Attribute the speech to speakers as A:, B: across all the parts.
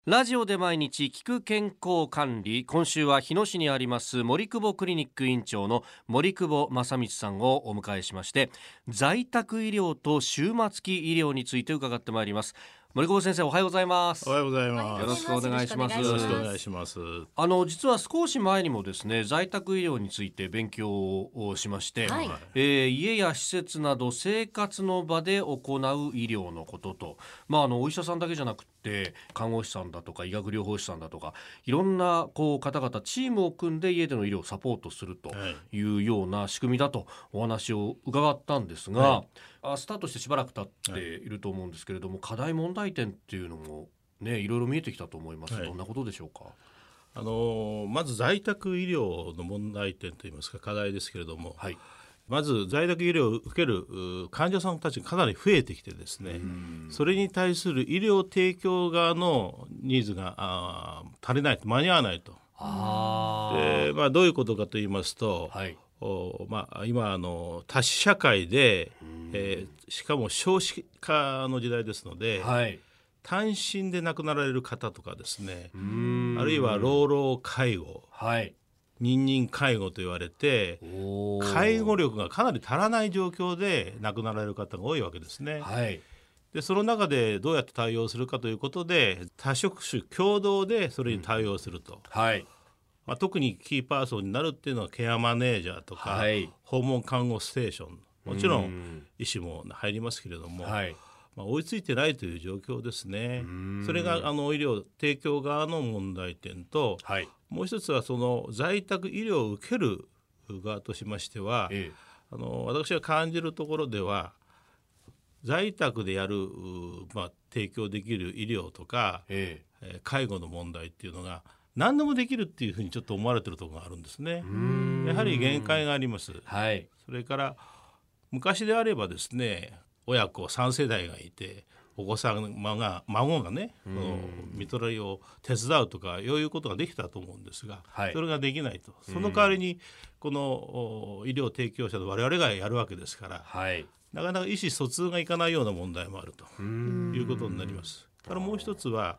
A: ラジオで毎日聞く健康管理、今週は日野市にあります森久保クリニック院長の森久保正道さんをお迎えしまして、在宅医療と終末期医療について伺ってまいります。森久保先生、おはようございます。
B: おはようございます。
A: よろしくお願いします。
B: よろしくお願いします。
A: 実は少し前にもですね、在宅医療について勉強をしまして、家や施設など生活の場で行う医療のことと、お医者さんだけじゃなくて看護師さんだとか医学療法士さんだとか、いろんな方々チームを組んで家での医療をサポートするというような仕組みだとお話を伺ったんですが、スタートしてしばらく経っていると思うんですけれども、課題問題点っていうのもね、いろいろ見えてきたと思います。どんなことでしょうか。
B: まず在宅医療の問題点といいますか課題ですけれども、まず在宅医療を受ける患者さんたちがかなり増えてきてですね、それに対する医療提供側のニーズが足りない、間に合わないと。で、どういうことかと言いますと、今多子社会で、しかも少子化の時代ですので、単身で亡くなられる方とかですね、あるいは老老介護、認認介護と言われて介護力がかなり足らない状況で亡くなられる方が多いわけですね。でその中でどうやって対応するかということで、多職種共同でそれに対応すると、特にキーパーソンになるっていうのはケアマネージャーとか、訪問看護ステーション、もちろん医師も入りますけれども、追いついてないという状況ですね。それが医療提供側の問題点と、もう一つはその在宅医療を受ける側としましては、私が感じるところでは在宅でやる、提供できる医療とか、介護の問題っていうのが何でもできるっていうふうにちょっと思われてるところがあるんですね。やはり限界があります。それから昔であればですね、親子3世代がいてお子さん孫がね、看取りを手伝うとかいうことができたと思うんですが、それができないと。その代わりにこの医療提供者の我々がやるわけですから、なかなか意思疎通がいかないような問題もあるということになります。からもう一つは、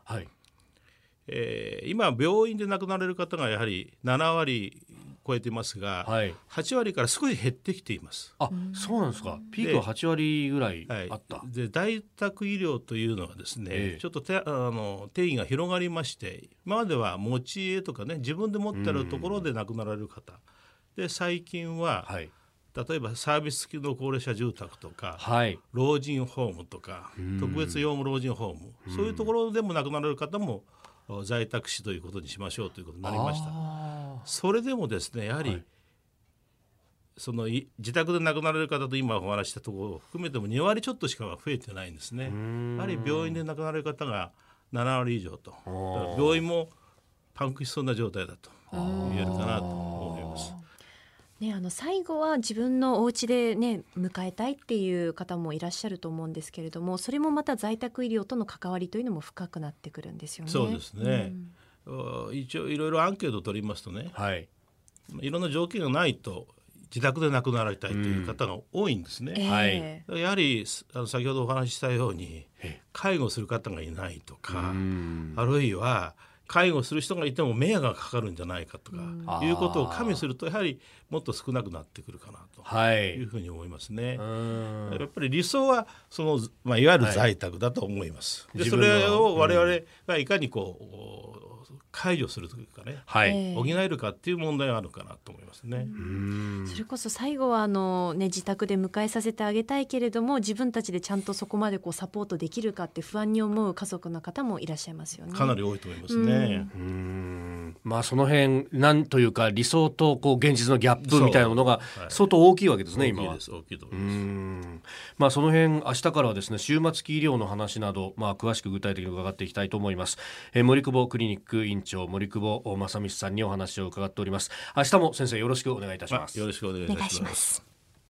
B: 今病院で亡くなられる方がやはり7割超えてますが、8割から少し減ってきています。
A: そうなんですか。ピークは8割ぐらいあった。
B: で在宅医療というのはですね、ちょっと定義が広がりまして、今までは持ち家とかね、自分で持ってあるところで亡くなられる方で、最近は、例えばサービス付きの高齢者住宅とか、老人ホームとか、特別養護老人ホーム、そういうところでも亡くなられる方も在宅死ということにしましょうということになりました。それでもですね、やはり、その自宅で亡くなられる方と今お話したところを含めても2割ちょっとしか増えてないんですね。やはり病院で亡くなられる方が7割以上と、病院もパンクしそうな状態だと言えるかなと思います。
C: 最後は自分のお家で迎えたいっていう方もいらっしゃると思うんですけれども、それもまた在宅医療との関わりというのも深くなってくるんですよね。
B: そうですね、一応いろいろアンケートを取りますとね、いろんな条件がないと自宅で亡くなられたいという方が多いんですね。やはり先ほどお話ししたように介護する方がいないとか、あるいは介護する人がいても迷惑がかかるんじゃないかとかいうことを加味すると、やはりもっと少なくなってくるかなというふうに思いますね。やっぱり理想はその、いわゆる在宅だと思います。でそれを我々がいかに解除するというかね、補えるかっていう問題があるかなと思いますね。
C: それこそ最後は自宅で迎えさせてあげたいけれども、自分たちでちゃんとそこまでサポートできるかって不安に思う家族の方もいらっしゃいますよね。
B: かなり多いと思いますね。
A: その辺なんというか理想と現実のギャップみたいなものが相当大きいわけですね。今は
B: 大きいと思います。
A: その辺明日からはですね、終末期医療の話など、詳しく具体的に伺っていきたいと思います。森久保クリニック院長森久保正道さんにお話を伺っております。明日も先生よろしくお願いいたします。
B: よろしくお願いいたします。